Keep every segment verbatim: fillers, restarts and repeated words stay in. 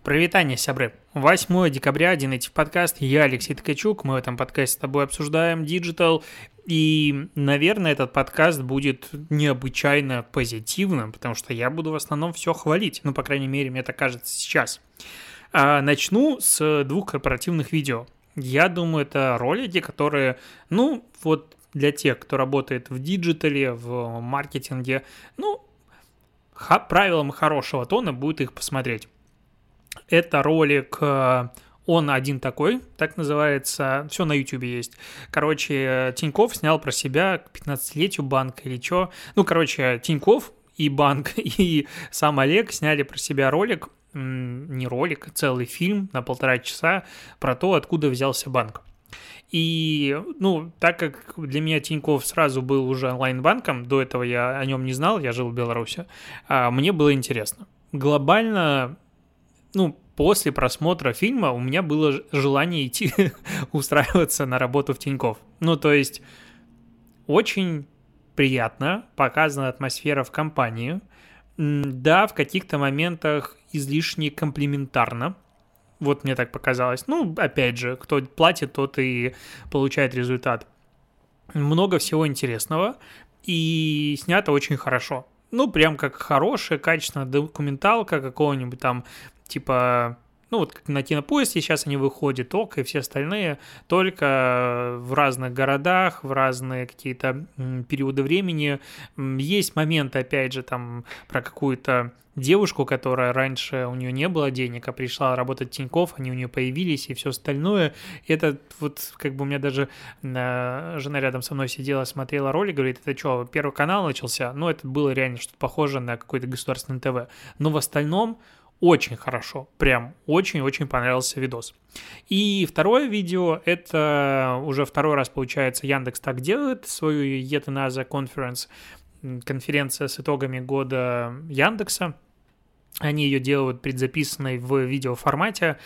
Привитание, сябры. восьмое декабря, Динейтив подкаст, я Алексей Ткачук, мы в этом подкасте с тобой обсуждаем диджитал, и, наверное, этот подкаст будет необычайно позитивным, потому что я буду в основном все хвалить, ну, по крайней мере, мне так кажется сейчас. А начну с двух корпоративных видео. Я думаю, это ролики, которые, ну, вот для тех, кто работает в диджитале, в маркетинге, ну, ха- правилам хорошего тона будет их посмотреть. Это ролик, он один такой, так называется, все на ютубе есть. Короче, Тинькофф снял про себя к пятнадцатилетию банка или что. Ну, короче, Тинькофф и банк, и сам Олег сняли про себя ролик, не ролик, целый фильм на полтора часа про то, откуда взялся банк. И, ну, так как для меня Тинькофф сразу был уже онлайн-банком, до этого я о нем не знал, я жил в Беларуси, мне было интересно. Глобально... Ну, после просмотра фильма у меня было желание идти устраиваться на работу в Тинькофф. Ну, то есть, очень приятно показана атмосфера в компании. Да, в каких-то моментах излишне комплиментарно. Вот мне так показалось. Ну, опять же, кто платит, тот и получает результат. Много всего интересного. И снято очень хорошо. Ну, прям как хорошая, качественная документалка какого-нибудь там, типа, ну, вот как на Кинопоиске сейчас они выходят, ОК и все остальные, только в разных городах, в разные какие-то периоды времени. Есть моменты, опять же, там, про какую-то девушку, которая раньше у нее не было денег, а пришла работать в Тинькофф, они у нее появились и все остальное. И это вот как бы у меня даже э, жена рядом со мной сидела, смотрела ролик, говорит, это что, Первый канал начался? Ну, это было реально что-то похоже на какое-то государственное ТВ. Но в остальном очень хорошо, прям очень-очень понравился видос. И второе видео, это уже второй раз, получается, Яндекс так делает свою Yet Another Conference, конференция с итогами года Яндекса. Они ее делают предзаписанной в видеоформате,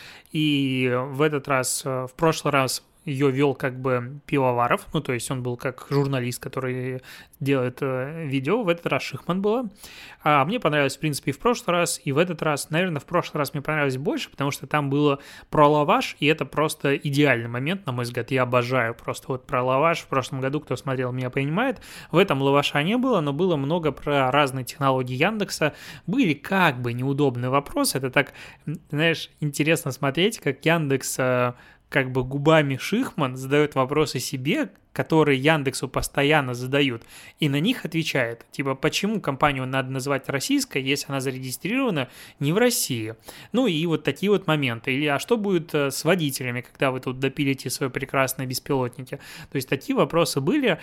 и в этот раз, в прошлый раз ее вел как бы Пивоваров, ну, то есть он был как журналист, который делает э, видео, в этот раз Шихман была. А мне понравилось, в принципе, и в прошлый раз, и в этот раз, наверное, в прошлый раз мне понравилось больше, потому что там было про лаваш, и это просто идеальный момент, на мой взгляд, я обожаю просто вот про лаваш. В прошлом году, кто смотрел, меня понимает, в этом лаваша не было, но было много про разные технологии Яндекса, были как бы неудобные вопросы, это так, знаешь, интересно смотреть, как Яндекс... как бы губами Шихман задает вопросы себе, которые Яндексу постоянно задают, и на них отвечает. Типа, почему компанию надо называть российской, если она зарегистрирована не в России? Ну и вот такие вот моменты. Или, а что будет с водителями, когда вы тут допилите свои прекрасные беспилотники? То есть такие вопросы были.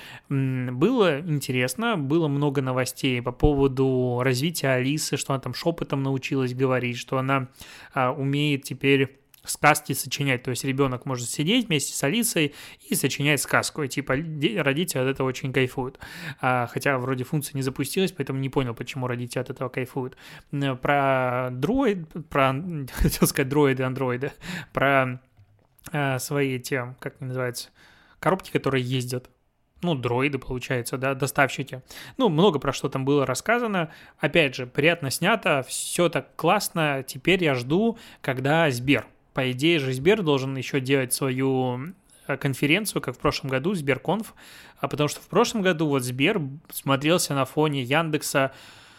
Было интересно, было много новостей по поводу развития Алисы, что она там шепотом научилась говорить, что она а, умеет теперь... сказки сочинять, то есть ребенок может сидеть вместе с Алисой и сочинять сказку, и типа родители от этого очень кайфуют, а, хотя вроде функция не запустилась, поэтому не понял, почему родители от этого кайфуют. Про дроид, про, хотел сказать дроиды, андроиды, про а, свои эти, как они называются, коробки, которые ездят, ну, дроиды, получается, да, доставщики. Ну, много про что там было рассказано. Опять же, приятно снято, все так классно. Теперь я жду, когда Сбер. По идее же Сбер должен еще делать свою конференцию, как в прошлом году, Сберконф, а потому что в прошлом году вот Сбер смотрелся на фоне Яндекса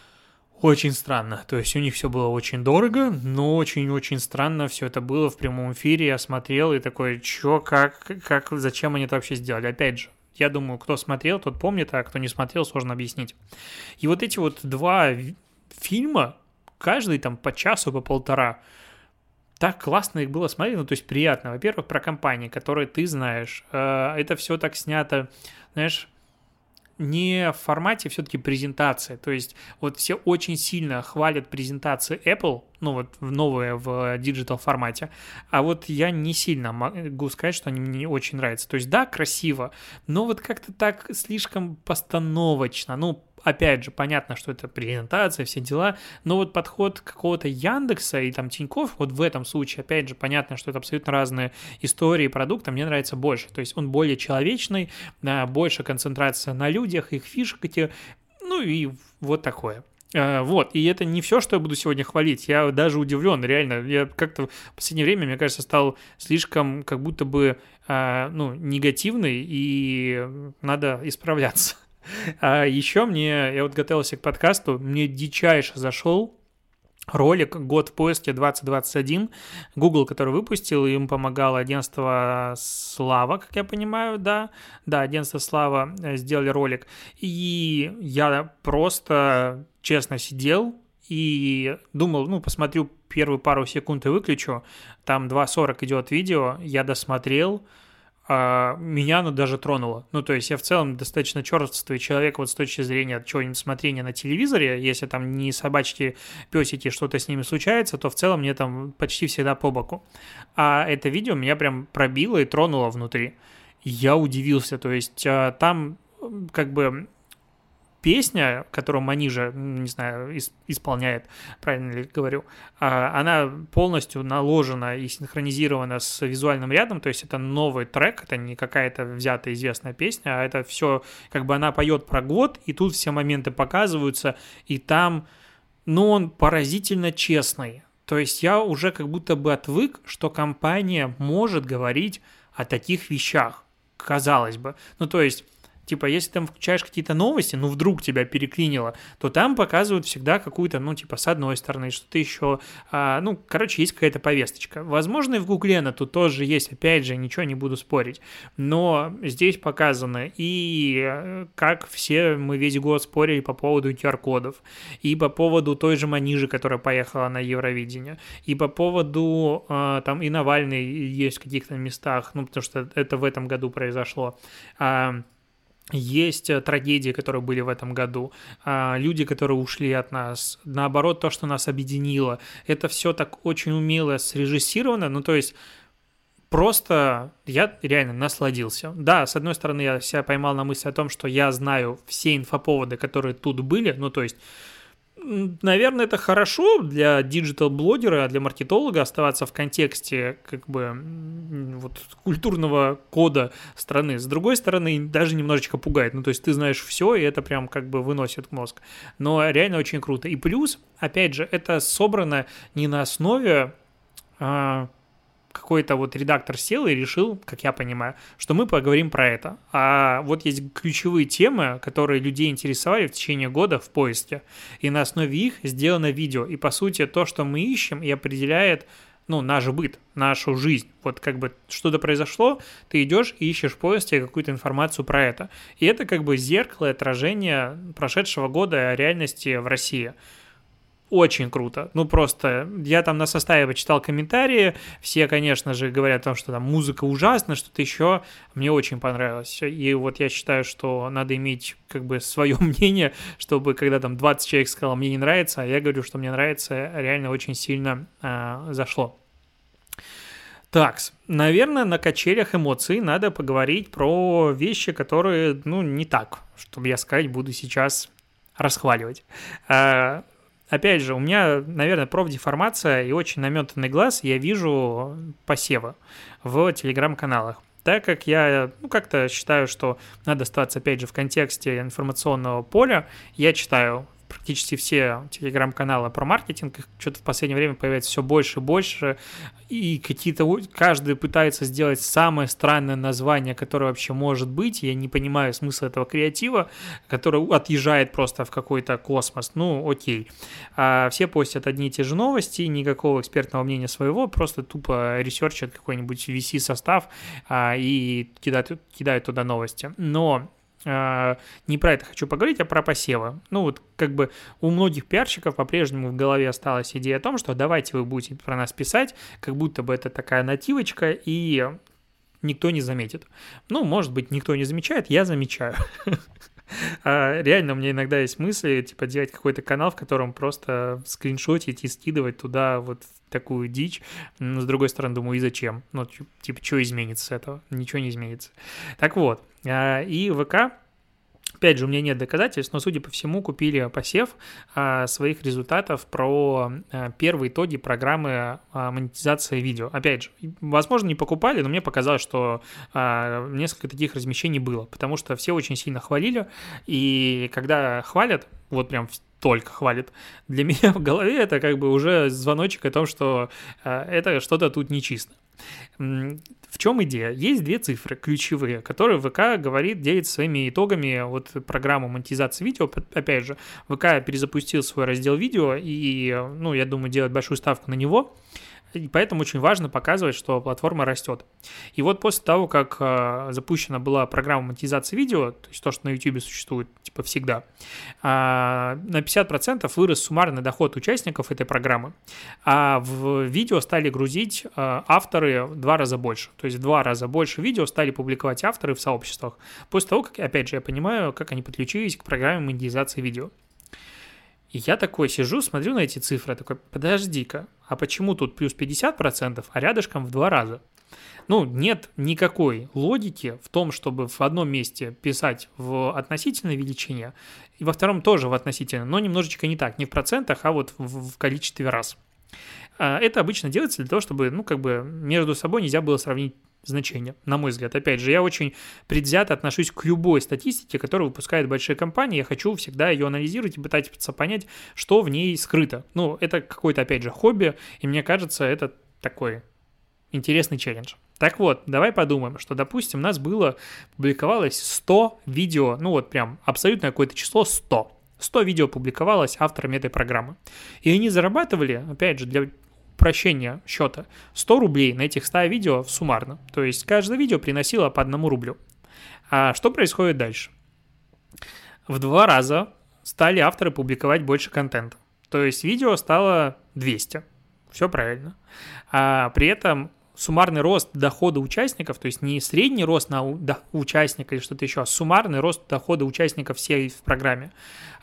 очень странно. То есть у них все было очень дорого, но очень-очень странно все это было в прямом эфире. Я смотрел и такой, чё, как, как, зачем они это вообще сделали? Опять же, я думаю, кто смотрел, тот помнит, а кто не смотрел, сложно объяснить. И вот эти вот два фильма, каждый там по часу, по полтора, так классно их было смотреть, ну, то есть приятно. Во-первых, про компании, которые ты знаешь. Это все так снято, знаешь, не в формате все-таки презентации. То есть вот все очень сильно хвалят презентации Apple, ну вот новые в диджитал формате, а вот я не сильно могу сказать, что они мне очень нравятся. То есть да, красиво, но вот как-то так слишком постановочно, ну, опять же, понятно, что это презентация, все дела, но вот подход какого-то Яндекса и там Тинькофф, вот в этом случае, опять же, понятно, что это абсолютно разные истории продукта, мне нравится больше, то есть он более человечный, больше концентрация на людях, их фишки, ну и вот такое. А, вот, и это не все, что я буду сегодня хвалить. Я даже удивлен, реально. Я как-то в последнее время, мне кажется, стал слишком как будто бы а, ну, негативный, и надо исправляться. А еще мне, я вот готовился к подкасту, мне дичайше зашел ролик «Год в поиске двадцать двадцать один», Google, который выпустил, им помогало агентство Слава, как я понимаю, да, да, агентство Слава сделали ролик, и я просто честно сидел и думал, ну, посмотрю первую пару секунд и выключу, там два сорок идет видео, я досмотрел, меня оно даже тронуло. Ну, то есть я в целом достаточно черствый человек вот с точки зрения чего-нибудь смотрения на телевизоре. Если там не собачки, песики, что-то с ними случается, то в целом мне там почти всегда по боку. А это видео меня прям пробило и тронуло внутри. Я удивился. То есть там как бы песня, которую Манижа, не знаю, исполняет, правильно ли говорю, она полностью наложена и синхронизирована с визуальным рядом, то есть это новый трек, это не какая-то взятая известная песня, а это все, как бы она поет про год, и тут все моменты показываются, и там, ну, он поразительно честный. То есть я уже как будто бы отвык, что компания может говорить о таких вещах, казалось бы. Ну, то есть типа, если там включаешь какие-то новости, ну, вдруг тебя переклинило, то там показывают всегда какую-то, ну, типа, с одной стороны, что-то еще, а, ну, короче, есть какая-то повесточка. Возможно, и в Гугле на тут тоже есть, опять же, ничего не буду спорить, но здесь показано и как все мы весь год спорили по поводу ку ар-кодов, и по поводу той же Манижи, которая поехала на Евровидение, и по поводу, а, там, и Навальный есть в каких-то местах, ну, потому что это в этом году произошло, а, есть трагедии, которые были в этом году, люди, которые ушли от нас, наоборот, то, что нас объединило. Это все так очень умело срежиссировано, ну, то есть просто я реально насладился. Да, с одной стороны, я себя поймал на мысли о том, что я знаю все инфоповоды, которые тут были, ну, то есть наверное, это хорошо для диджитал-блогера, для маркетолога оставаться в контексте как бы вот культурного кода страны. С другой стороны, даже немножечко пугает. Ну, то есть ты знаешь все, и это прям как бы выносит мозг. Но реально очень круто. И плюс, опять же, это собрано не на основе... А, какой-то вот редактор сел и решил, как я понимаю, что мы поговорим про это. А вот есть ключевые темы, которые людей интересовали в течение года в поиске, и на основе их сделано видео. И, по сути, то, что мы ищем, и определяет, ну, наш быт, нашу жизнь. Вот как бы что-то произошло, ты идешь и ищешь в поиске какую-то информацию про это. И это как бы зеркало и отражение прошедшего года реальности в России. Очень круто. Ну, просто я там на составе почитал комментарии, все, конечно же, говорят о том, что там музыка ужасна, что-то еще. Мне очень понравилось. И вот я считаю, что надо иметь как бы свое мнение, чтобы когда там двадцать человек сказало, мне не нравится, а я говорю, что мне нравится, реально очень сильно э, зашло. Так, наверное, на качелях эмоций надо поговорить про вещи, которые, ну, не так, чтобы я сказать, буду сейчас расхваливать. Опять же, у меня, наверное, профдеформация и очень наметанный глаз, я вижу посевы в телеграм-каналах. Так как я, ну, как-то считаю, что надо оставаться, опять же, в контексте информационного поля, я читаю практически все телеграм-каналы про маркетинг, их что-то в последнее время появляется все больше и больше, и какие-то, каждый пытается сделать самое странное название, которое вообще может быть, я не понимаю смысла этого креатива, который отъезжает просто в какой-то космос, ну, окей. А все постят одни и те же новости, никакого экспертного мнения своего, просто тупо ресерчат какой-нибудь ви си-состав а, и кидают, кидают туда новости. Но не про это хочу поговорить, а про посевы. Ну вот как бы у многих пиарщиков по-прежнему в голове осталась идея о том, что давайте вы будете про нас писать, как будто бы это такая нативочка, и никто не заметит. Ну, может быть, никто не замечает, я замечаю. А реально у меня иногда есть мысли, типа, делать какой-то канал, в котором просто скриншотить и скидывать туда вот такую дичь. Но, с другой стороны, думаю, и зачем? Ну, типа, что изменится с этого? Ничего не изменится. Так вот, и ВК Опять же, у меня нет доказательств, но, судя по всему, купили посев а, своих результатов про а, первые итоги программы а, монетизации видео. Опять же, возможно, не покупали, но мне показалось, что а, несколько таких размещений было, потому что все очень сильно хвалили, и когда хвалят, вот прям только хвалит. Для меня в голове это как бы уже звоночек о том, что а, это что-то тут нечисто. В чем идея? Есть две цифры ключевые, которые ВК говорит, делится своими итогами вот программы монетизации видео. Опять же, ВК перезапустил свой раздел видео, и, ну, я думаю, делать большую ставку на него. И поэтому очень важно показывать, что платформа растет. И вот после того, как э, запущена была программа монетизации видео, то есть то, что на YouTube существует типа всегда, э, на пятьдесят процентов вырос суммарный доход участников этой программы, а в видео стали грузить э, авторы в два раза больше. То есть в два раза больше видео стали публиковать авторы в сообществах. После того, как, опять же, я понимаю, как они подключились к программе монетизации видео. И я такой сижу, смотрю на эти цифры, такой, подожди-ка, а почему тут плюс пятьдесят процентов, а рядышком в два раза? Ну, нет никакой логики в том, чтобы в одном месте писать в относительной величине, и во втором тоже в относительной, но немножечко не так, не в процентах, а вот в, в количестве раз. Это обычно делается для того, чтобы, ну, как бы между собой нельзя было сравнить значения, на мой взгляд. Опять же, я очень предвзято отношусь к любой статистике, которую выпускают большие компании. Я хочу всегда ее анализировать и пытаться понять, что в ней скрыто. Ну, это какое-то, опять же, хобби, и мне кажется, это такой интересный челлендж. Так вот, давай подумаем, что, допустим, у нас было, публиковалось сто видео, ну вот прям абсолютно какое-то число сто. сто видео публиковалось авторами этой программы. И они зарабатывали, опять же, для упрощения счета, сто рублей на этих ста видео суммарно. То есть каждое видео приносило по одному рублю. А что происходит дальше? В два раза стали авторы публиковать больше контента. То есть видео стало двести. Все правильно. А при этом суммарный рост дохода участников, то есть не средний рост на участника или что-то еще, а суммарный рост дохода участников всей в программе,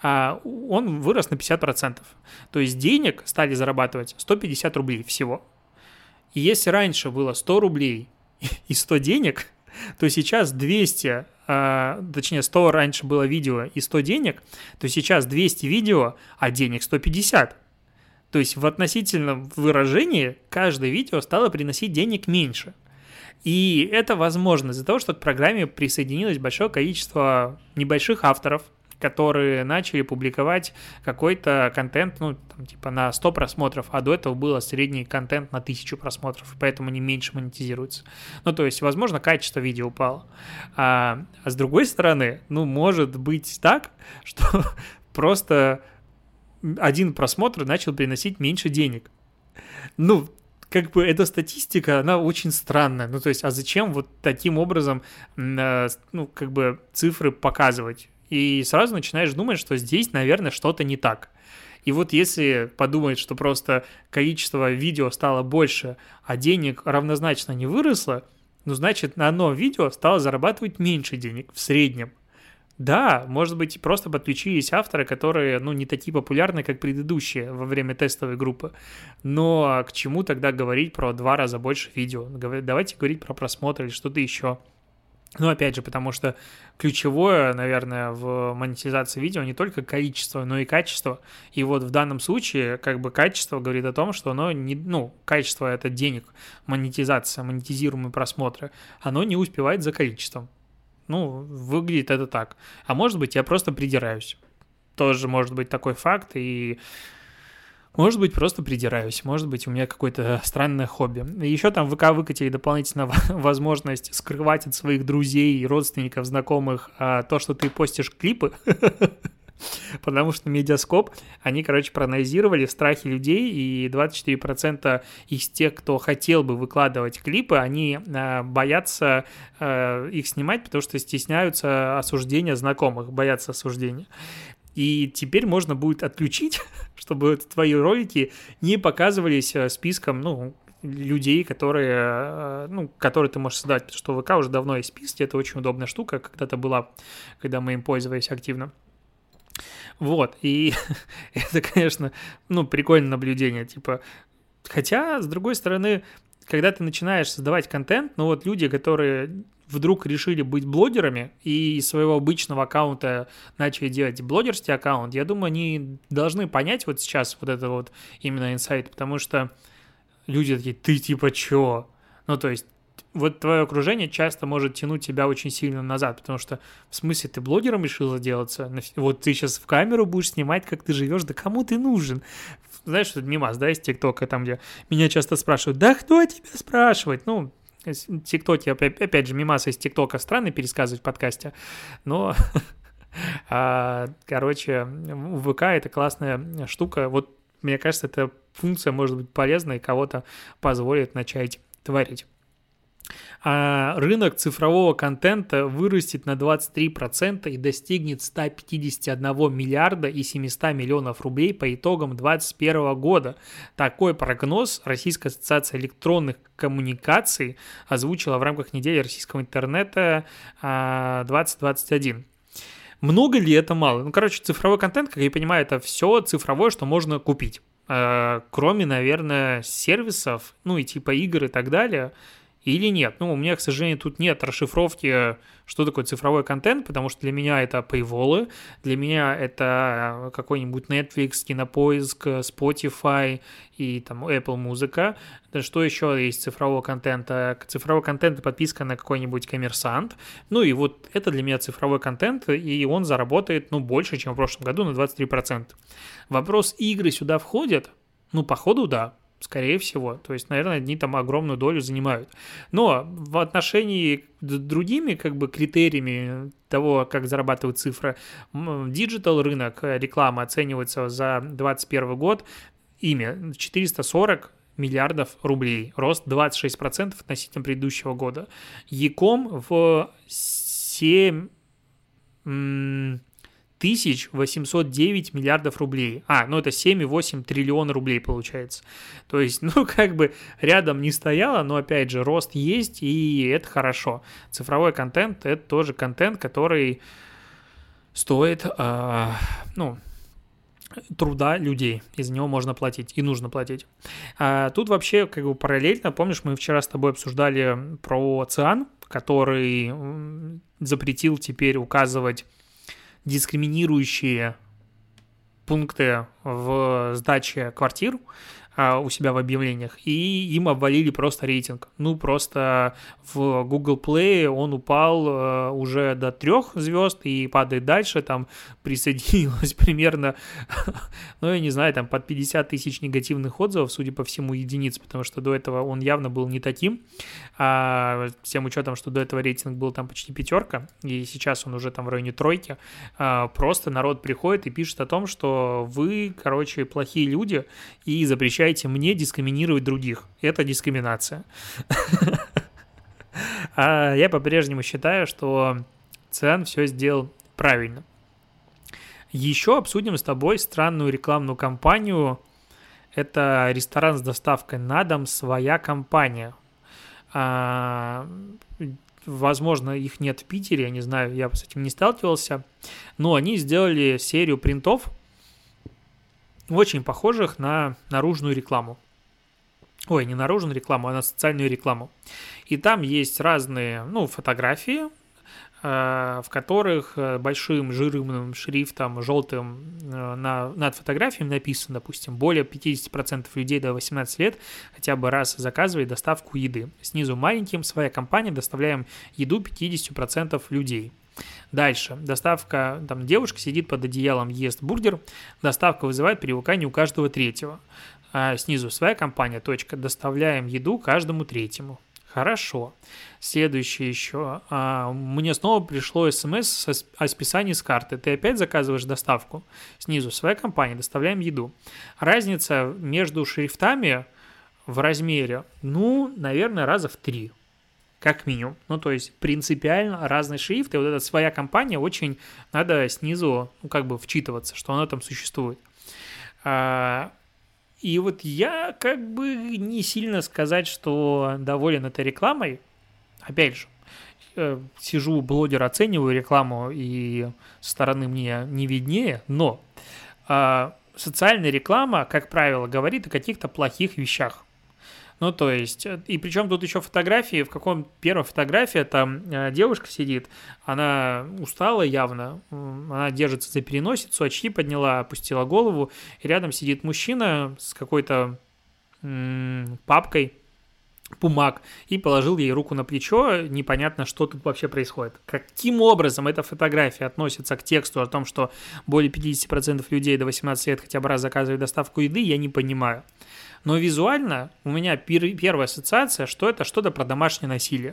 он вырос на пятьдесят процентов. То есть денег стали зарабатывать сто пятьдесят рублей всего. И если раньше было сто рублей и сто денег, то сейчас двести, точнее сто раньше было видео и сто денег, то сейчас двести видео, а денег сто пятьдесят. То есть в относительном выражении каждое видео стало приносить денег меньше. И это возможно из-за того, что к программе присоединилось большое количество небольших авторов, которые начали публиковать какой-то контент, ну, там, типа на сто просмотров, а до этого был средний контент на тысячу просмотров, поэтому они меньше монетизируются. Ну, то есть, возможно, качество видео упало. А, а с другой стороны, ну, может быть так, что просто один просмотр начал приносить меньше денег. Ну, как бы эта статистика, она очень странная. Ну, то есть, а зачем вот таким образом, ну, как бы цифры показывать? И сразу начинаешь думать, что здесь, наверное, что-то не так. И вот если подумать, что просто количество видео стало больше, а денег равнозначно не выросло, ну, значит, на одно видео стало зарабатывать меньше денег в среднем. Да, может быть, просто подключились авторы, которые, ну, не такие популярны, как предыдущие во время тестовой группы. Но к чему тогда говорить про два раза больше видео? Давайте говорить про просмотр или что-то еще. Ну, опять же, потому что ключевое, наверное, в монетизации видео не только количество, но и качество. И вот в данном случае, как бы, качество говорит о том, что оно не, ну, качество — это денег, монетизация, монетизируемые просмотры, оно не успевает за количеством. Ну, выглядит это так. А может быть, я просто придираюсь. Тоже может быть такой факт, и может быть, просто придираюсь. Может быть, у меня какое-то странное хобби. Еще там ВК выкатили дополнительно возможность скрывать от своих друзей, родственников, знакомых то, что ты постишь клипы. Потому что Медиаскоп, они, короче, проанализировали страхи людей, и двадцать четыре процента из тех, кто хотел бы выкладывать клипы, они э, боятся э, их снимать, потому что стесняются осуждения знакомых, боятся осуждения. И теперь можно будет отключить, чтобы твои ролики не показывались списком, ну, людей, которые, ну, которые ты можешь создать, потому что ВК уже давно есть списки, это очень удобная штука, когда-то была, когда мы им пользовались активно. Вот, и это, конечно, ну, прикольное наблюдение, типа, хотя, с другой стороны, когда ты начинаешь создавать контент, ну, вот люди, которые вдруг решили быть блогерами и из своего обычного аккаунта начали делать блогерский аккаунт, я думаю, они должны понять вот сейчас вот это вот именно инсайт, потому что люди такие, ты типа чё? Ну, то есть, вот твое окружение часто может тянуть тебя очень сильно назад, потому что, в смысле, ты блогером решил заделаться? Вот ты сейчас в камеру будешь снимать, как ты живешь, да кому ты нужен? Знаешь, что мимас, да, из ТикТока, там, где меня часто спрашивают, да кто тебя спрашивает? Ну, ТикТоке, опять же, мимасы из ТикТока странно пересказывать в подкасте, но, короче, ВК это классная штука, вот мне кажется, эта функция может быть полезна и кого-то позволит начать творить. А рынок цифрового контента вырастет на двадцать три процента и достигнет сто пятьдесят один миллиарда и семьсот миллионов рублей по итогам две тысячи двадцать первого года. Такой прогноз Российская ассоциация электронных коммуникаций озвучила в рамках недели российского интернета двадцать двадцать один. Много ли это мало? Ну, короче, цифровой контент, как я понимаю, это все цифровое, что можно купить. Кроме, наверное, сервисов, ну и типа игр и так далее. Или нет? Ну, у меня, к сожалению, тут нет расшифровки, что такое цифровой контент, потому что для меня это пейволы, для меня это какой-нибудь Netflix, Кинопоиск, Spotify и там Apple Музыка. Что еще есть цифрового контента? Цифровой контент — подписка на какой-нибудь коммерсант. Ну и вот это для меня цифровой контент, и он заработает, ну, больше, чем в прошлом году, на двадцать три процента. Вопрос, игры сюда входят? Ну, походу, да. Скорее всего. То есть, наверное, они там огромную долю занимают. Но в отношении с другими как бы критериями того, как зарабатывают цифры, диджитал рынок рекламы оценивается за двадцать первый год ими четыреста сорок миллиардов рублей. Рост двадцать шесть процентов относительно предыдущего года. Е-ком в семь тысяч восемьсот девять миллиардов рублей. А, ну это семь целых восемь десятых триллиона рублей получается. То есть, ну как бы рядом не стояло, но опять же рост есть, и это хорошо. Цифровой контент — это тоже контент, который стоит, э, ну, труда людей, из него можно платить и нужно платить. А тут вообще как бы параллельно, помнишь, мы вчера с тобой обсуждали про ЦИАН, который запретил теперь указывать дискриминирующие пункты в сдаче квартир а, у себя в объявлениях, и им обвалили просто рейтинг. Ну, просто в Google Play он упал а, уже до трех звезд и падает дальше, там присоединилось примерно, ну, я не знаю, там под пятьдесят тысяч негативных отзывов, судя по всему, единиц, потому что до этого он явно был не таким, а, с тем учетом, что до этого рейтинг был там почти пятерка, и сейчас он уже там в районе тройки, а, просто народ приходит и пишет о том, что вы, короче, плохие люди и запрещаете мне дискриминировать других. Это дискриминация. А я по-прежнему считаю, что ЦИАН все сделал правильно. Еще обсудим с тобой странную рекламную кампанию. Это ресторан с доставкой на дом «Своя компания». А, возможно, их нет в Питере, я не знаю, я с этим не сталкивался. Но они сделали серию принтов, очень похожих на наружную рекламу. Ой, не наружную рекламу, а на социальную рекламу. И там есть разные, ну, фотографии, э, в которых большим жирным шрифтом, желтым э, на, над фотографиями написано, допустим, более пятьдесят процентов людей до восемнадцати лет хотя бы раз заказывали доставку еды. Снизу маленьким: «Своя компания, доставляем еду пятьдесят процентов людей». Дальше. Доставка, там девушка сидит под одеялом, ест бургер. Доставка вызывает привыкание у каждого третьего. А снизу: «Своя компания, точка, доставляем еду каждому третьему». Хорошо. Следующее еще. А, мне снова пришло смс о списании с карты. Ты опять заказываешь доставку? Снизу: «Своя компания, доставляем еду». Разница между шрифтами в размере, ну, наверное, раза в три. Как минимум. Ну, то есть принципиально разные шрифты. Вот эта «Своя компания» очень надо снизу, ну, как бы вчитываться, что она там существует. А, и вот я как бы не сильно сказать, что доволен этой рекламой. Опять же, сижу, блогер, оцениваю рекламу, и со стороны мне не виднее, но а, социальная реклама, как правило, говорит о каких-то плохих вещах. Ну, то есть, и причем тут еще фотографии, в каком первой фотографии там э, девушка сидит, она устала явно, она держится за переносицу, очки подняла, опустила голову, и рядом сидит мужчина с какой-то м- папкой бумаг и положил ей руку на плечо, непонятно, что тут вообще происходит. Каким образом эта фотография относится к тексту о том, что более пятьдесят процентов людей до восемнадцати лет хотя бы раз заказывают доставку еды, я не понимаю. Но визуально у меня пер- первая ассоциация, что это что-то про домашнее насилие.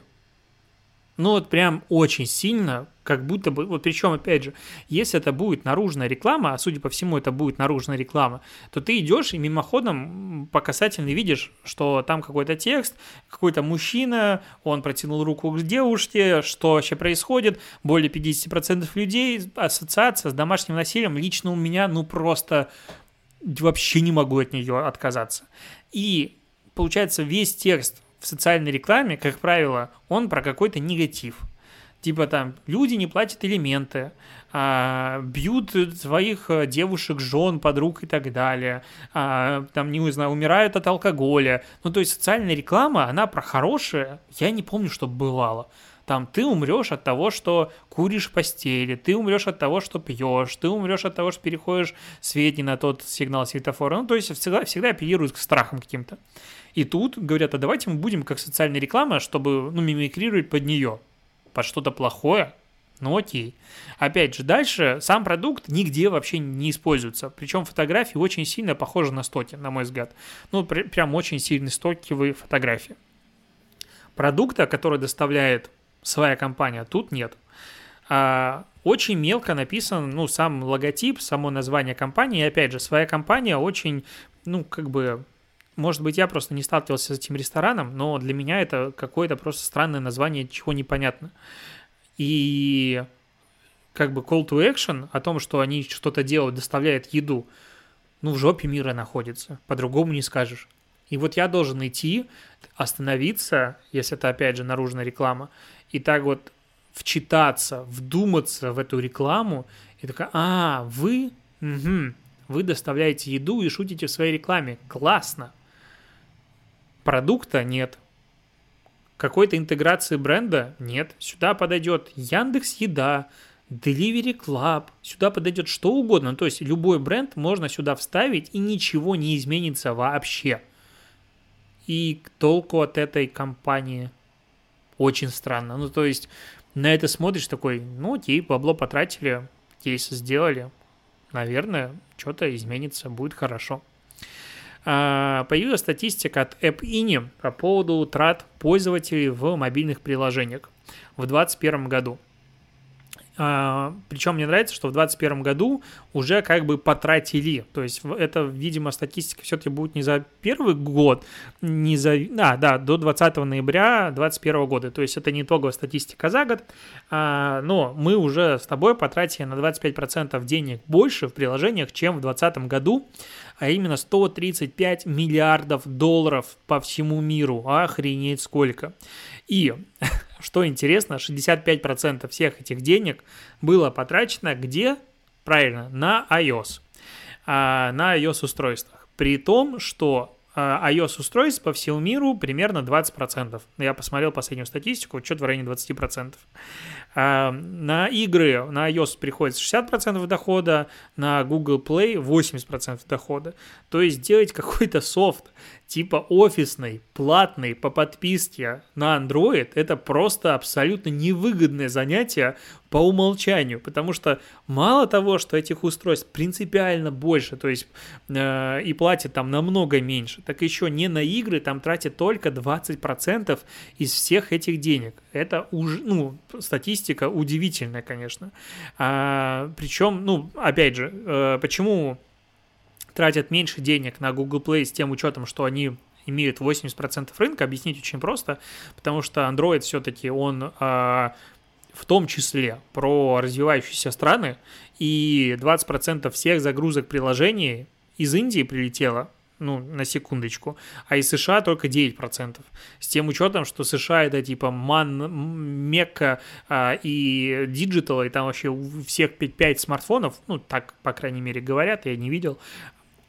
Ну вот прям очень сильно, как будто бы, вот причем, опять же, если это будет наружная реклама, а судя по всему это будет наружная реклама, то ты идешь и мимоходом по касательной видишь, что там какой-то текст, какой-то мужчина, он протянул руку к девушке, что вообще происходит, более пятьдесят процентов людей, ассоциация с домашним насилием лично у меня, ну просто вообще не могу от нее отказаться. И получается весь текст в социальной рекламе, как правило, он про какой-то негатив. Типа там люди не платят элементы, а, бьют своих девушек, жен, подруг и так далее, а, там, не знаю, умирают от алкоголя. Ну, то есть социальная реклама, она про хорошее, я не помню, что бывало. Там ты умрешь от того, что куришь в постели, ты умрешь от того, что пьешь, ты умрешь от того, что переходишь свет не на тот сигнал светофора. Ну, то есть всегда, всегда апеллируют к страхам каким-то. И тут говорят, а давайте мы будем как социальная реклама, чтобы, ну, мимикрировать под нее, под что-то плохое. Ну, окей. Опять же, дальше сам продукт нигде вообще не используется. Причем фотографии очень сильно похожи на стоки, на мой взгляд. Ну, при, прям очень сильно стокивые фотографии. Продукта, который доставляет своя компания, тут нет. А, очень мелко написан, ну, сам логотип, само название компании. И опять же, своя компания очень, ну, как бы... Может быть, я просто не сталкивался с этим рестораном, но для меня это какое-то просто странное название, чего непонятно. И как бы call to action о том, что они что-то делают, доставляют еду, ну, в жопе мира находится, по-другому не скажешь. И вот я должен идти, остановиться, если это, опять же, наружная реклама, и так вот вчитаться, вдуматься в эту рекламу, и такая, а, вы, угу, вы доставляете еду и шутите в своей рекламе, классно. Продукта нет. Какой-то интеграции бренда нет. Сюда подойдет Яндекс.Еда, Delivery Club, сюда подойдет что угодно. То есть любой бренд можно сюда вставить, и ничего не изменится вообще. И толку от этой компании очень странно. Ну, то есть на это смотришь такой, ну, окей, бабло потратили, кейсы сделали. Наверное, что-то изменится, будет хорошо. Появилась статистика от AppInnie по поводу трат пользователей в мобильных приложениях в две тысячи двадцать первом году. Причем мне нравится, что в две тысячи двадцать первом году уже как бы потратили. То есть это, видимо, статистика все-таки будет не за первый год, не за... А, да, до двадцатого ноября две тысячи двадцать первого года. То есть это не итоговая статистика за год, но мы уже с тобой потратили на двадцать пять процентов денег больше в приложениях, чем в двадцатом году, а именно сто тридцать пять миллиардов долларов по всему миру. Охренеть сколько. И, что интересно, шестьдесят пять процентов всех этих денег было потрачено где? Правильно, на iOS. А, на iOS-устройствах. При том, что а, iOS-устройств по всему миру примерно двадцать процентов. Я посмотрел последнюю статистику, что-то в районе двадцать процентов. А, на игры на iOS приходится шестьдесят процентов дохода, на Google Play восемьдесят процентов дохода. То есть делать какой-то софт типа офисный, платный, по подписке на Android, это просто абсолютно невыгодное занятие по умолчанию, потому что мало того, что этих устройств принципиально больше, то есть э, и платят там намного меньше, так еще не на игры там тратят только двадцать процентов из всех этих денег. Это уж, ну, статистика удивительная, конечно. А, причем, ну, опять же, э, почему тратят меньше денег на Google Play с тем учетом, что они имеют восемьдесят процентов рынка, объяснить очень просто, потому что Android все-таки он э, в том числе про развивающиеся страны, и двадцать процентов всех загрузок приложений из Индии прилетело, ну, на секундочку, а из США только девять процентов. С тем учетом, что США это типа ман, мекка а, и диджитал, и там вообще у всех пять смартфонов, ну, так, по крайней мере, говорят, я не видел.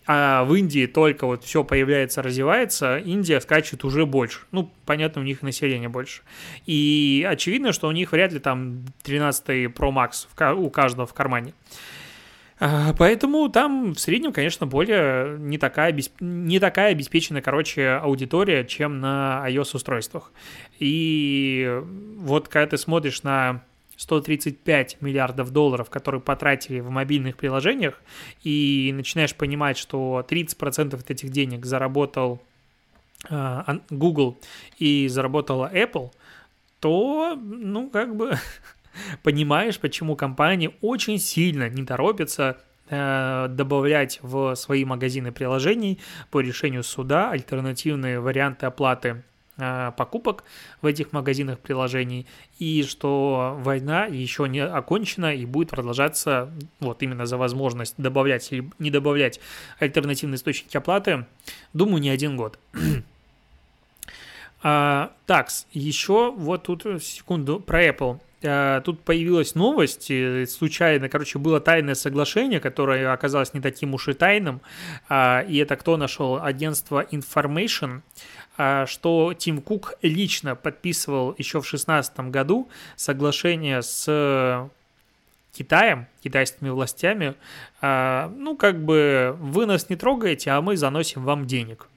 а в Индии только вот все появляется, развивается, Индия скачет уже больше. Ну, понятно, у них население больше. И очевидно, что у них вряд ли там тринадцатый Pro Max у каждого в кармане. Поэтому там в среднем, конечно, более не такая, не такая обеспеченная, короче, аудитория, чем на iOS-устройствах. И вот когда ты смотришь на сто тридцать пять миллиардов долларов, которые потратили в мобильных приложениях, и начинаешь понимать, что тридцать процентов от этих денег заработал э, Google и заработала Apple, то, ну, как бы... понимаешь, почему компании очень сильно не торопятся э, добавлять в свои магазины приложений по решению суда альтернативные варианты оплаты э, покупок в этих магазинах приложений, и что война еще не окончена и будет продолжаться вот именно за возможность добавлять или не добавлять альтернативные источники оплаты, думаю, не один год. а, такс, еще вот тут секунду про Apple. Тут появилась новость, случайно, короче, было тайное соглашение, которое оказалось не таким уж и тайным, и это кто нашел? Агентство Information, что Тим Кук лично подписывал еще в две тысячи шестнадцатом году соглашение с Китаем, китайскими властями, ну, как бы, вы нас не трогаете, а мы заносим вам денег.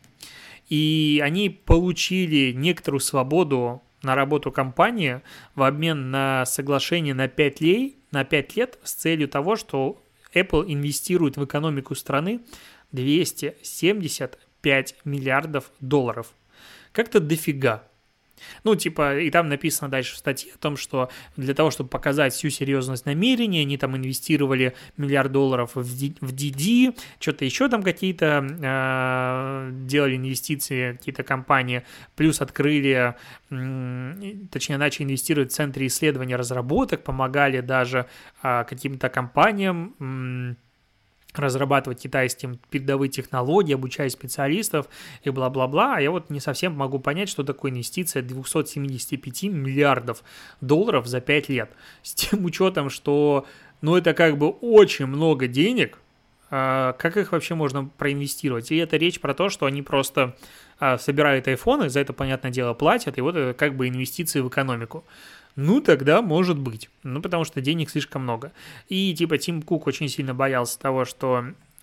И они получили некоторую свободу на работу компании в обмен на соглашение на пять лет, на пять лет с целью того, что Apple инвестирует в экономику страны двести семьдесят пять миллиардов долларов. Как-то дофига. Ну, типа, и там написано дальше в статье о том, что для того, чтобы показать всю серьезность намерений, они там инвестировали миллиард долларов в ди ди, что-то еще там какие-то э, делали инвестиции, какие-то компании, плюс открыли, э, точнее, начали инвестировать в центре исследования разработок, помогали даже э, каким-то компаниям э, разрабатывать китайским передовые технологии, обучая специалистов и бла-бла-бла. А я вот не совсем могу понять, что такое инвестиция двести семьдесят пять миллиардов долларов за пять лет. С тем учетом, что, ну, это как бы очень много денег, как их вообще можно проинвестировать? И это речь про то, что они просто собирают айфоны, за это, понятное дело, платят, и вот это как бы инвестиции в экономику. Ну, тогда может быть. Ну, потому что денег слишком много. И, типа, Тим Кук очень сильно боялся того, что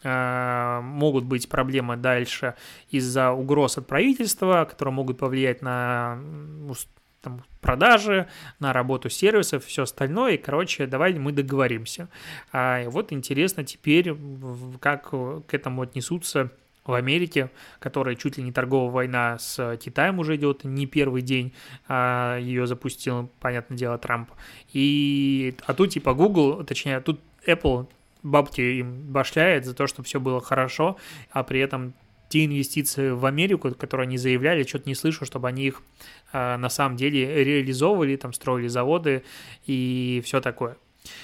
э, могут быть проблемы дальше из-за угроз от правительства, которые могут повлиять на там, продажи, на работу сервисов, все остальное. И, короче, давай мы договоримся. А, и вот интересно теперь, как к этому отнесутся в Америке, которая чуть ли не торговая война с Китаем уже идет, не первый день, а ее запустил, понятное дело, Трамп. И, а тут типа Google, точнее, тут Apple бабки им башляет за то, чтобы все было хорошо, а при этом те инвестиции в Америку, которые они заявляли, что-то не слышу, чтобы они их а, на самом деле реализовывали, там строили заводы и все такое.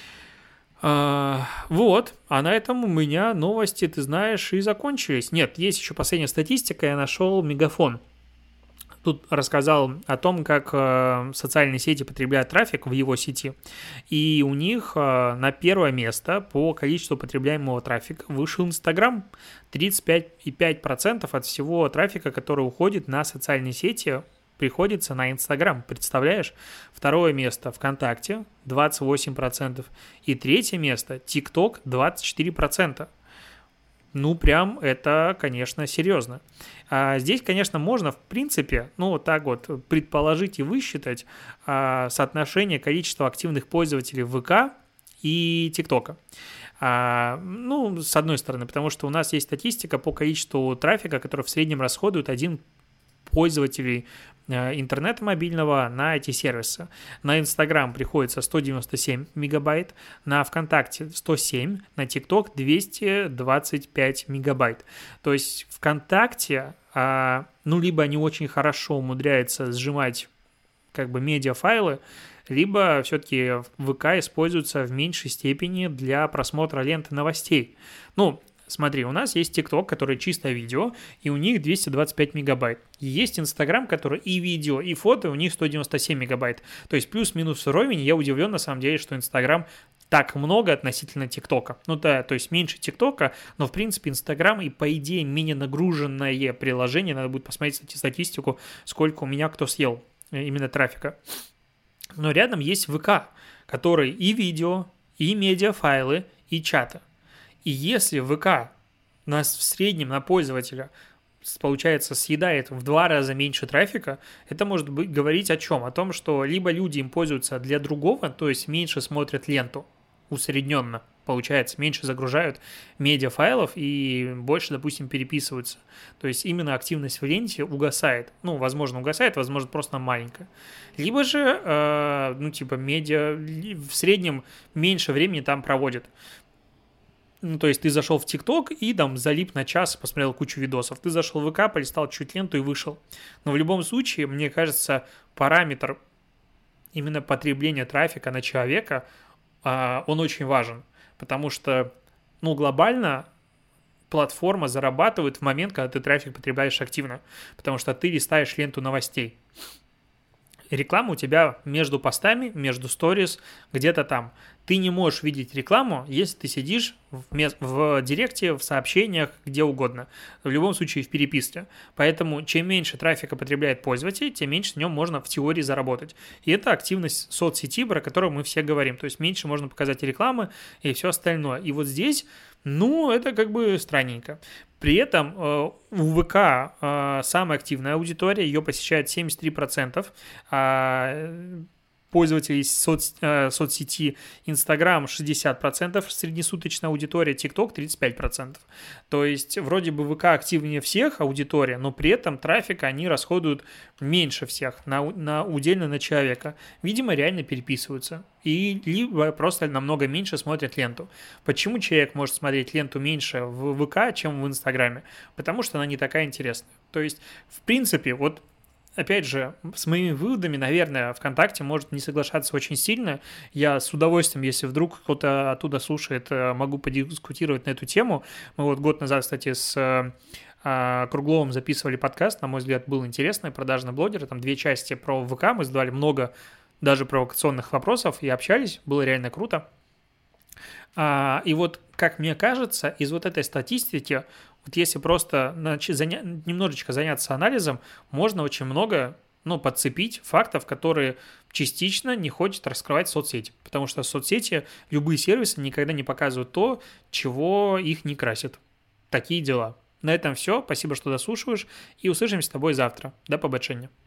Uh, вот, а на этом у меня новости, ты знаешь, и закончились. Нет, есть еще последняя статистика, я нашел Мегафон. Тут рассказал о том, как э, социальные сети потребляют трафик в его сети, и у них э, на первое место по количеству потребляемого трафика вышел Инстаграм. тридцать пять и пять десятых процента от всего трафика, который уходит на социальные сети, приходится на Инстаграм, представляешь? Второе место ВКонтакте, двадцать восемь процентов. И третье место ТикТок, двадцать четыре процента. Ну, прям это, конечно, серьезно. А здесь, конечно, можно, в принципе, ну, вот так вот предположить и высчитать а, соотношение количества активных пользователей ВК и ТикТока. А, ну, с одной стороны, потому что у нас есть статистика по количеству трафика, который в среднем расходует один пользователей интернета мобильного на эти сервисы. На Инстаграм приходится сто девяносто семь мегабайт, на ВКонтакте сто семь, на ТикТок двести двадцать пять мегабайт. То есть ВКонтакте, ну, либо они очень хорошо умудряются сжимать как бы медиафайлы, либо все-таки ВК используется в меньшей степени для просмотра ленты новостей. Ну, смотри, у нас есть TikTok, который чисто видео, и у них двести двадцать пять мегабайт. И есть Instagram, который и видео, и фото, у них сто девяносто семь мегабайт. То есть плюс-минус уровень. Я удивлен, на самом деле, что Instagram так много относительно ТикТока. Ну да, то есть меньше ТикТока, но в принципе Инстаграм и по идее менее нагруженное приложение. Надо будет посмотреть статистику, сколько у меня кто съел именно трафика. Но рядом есть ВК, который и видео, и медиафайлы, и чаты. И если ВК нас в среднем на пользователя, получается, съедает в два раза меньше трафика, это может быть говорить о чем? О том, что либо люди им пользуются для другого, то есть меньше смотрят ленту, усредненно, получается, меньше загружают медиафайлов и больше, допустим, переписываются. То есть именно активность в ленте угасает. Ну, возможно, угасает, возможно, просто маленькая. Либо же, э, ну, типа, медиа в среднем меньше времени там проводят. Ну, то есть ты зашел в ТикТок и там залип на час, посмотрел кучу видосов. Ты зашел в ВК, полистал чуть ленту и вышел. Но в любом случае, мне кажется, параметр именно потребления трафика на человека, он очень важен. Потому что, ну, глобально платформа зарабатывает в момент, когда ты трафик потребляешь активно. Потому что ты листаешь ленту новостей. Реклама у тебя между постами, между сторис, где-то там. Ты не можешь видеть рекламу, если ты сидишь в, мес- в директе, в сообщениях, где угодно. В любом случае в переписке. Поэтому чем меньше трафика потребляет пользователь, тем меньше в нем можно в теории заработать. И это активность соцсети, про которую мы все говорим. То есть меньше можно показать рекламы и все остальное. И вот здесь, ну, это как бы странненько. При этом э, у ВК э, самая активная аудитория, ее посещает семьдесят три процента, а пользователей соц, э, соцсети Инстаграм шестьдесят процентов, среднесуточная аудитория, ТикТок тридцать пять процентов. То есть вроде бы ВК активнее всех аудитория, но при этом трафика они расходуют меньше всех на, на удельно на человека. Видимо, реально переписываются. И либо просто намного меньше смотрят ленту. Почему человек может смотреть ленту меньше в ВК, чем в Инстаграме? Потому что она не такая интересная. То есть, в принципе, вот опять же, с моими выводами, наверное, ВКонтакте может не соглашаться очень сильно. Я с удовольствием, если вдруг кто-то оттуда слушает, могу подискутировать на эту тему. Мы вот год назад, кстати, с Кругловым записывали подкаст, на мой взгляд, был интересный, продажный блогер, там две части про ВК, мы задавали много даже провокационных вопросов и общались, было реально круто. И вот, как мне кажется, из вот этой статистики, вот если просто заня... немножечко заняться анализом, можно очень много, ну, подцепить фактов, которые частично не хочет раскрывать соцсети. Потому что соцсети, любые сервисы никогда не показывают то, чего их не красит. Такие дела. На этом все. Спасибо, что дослушиваешь. И услышимся с тобой завтра. До побачення.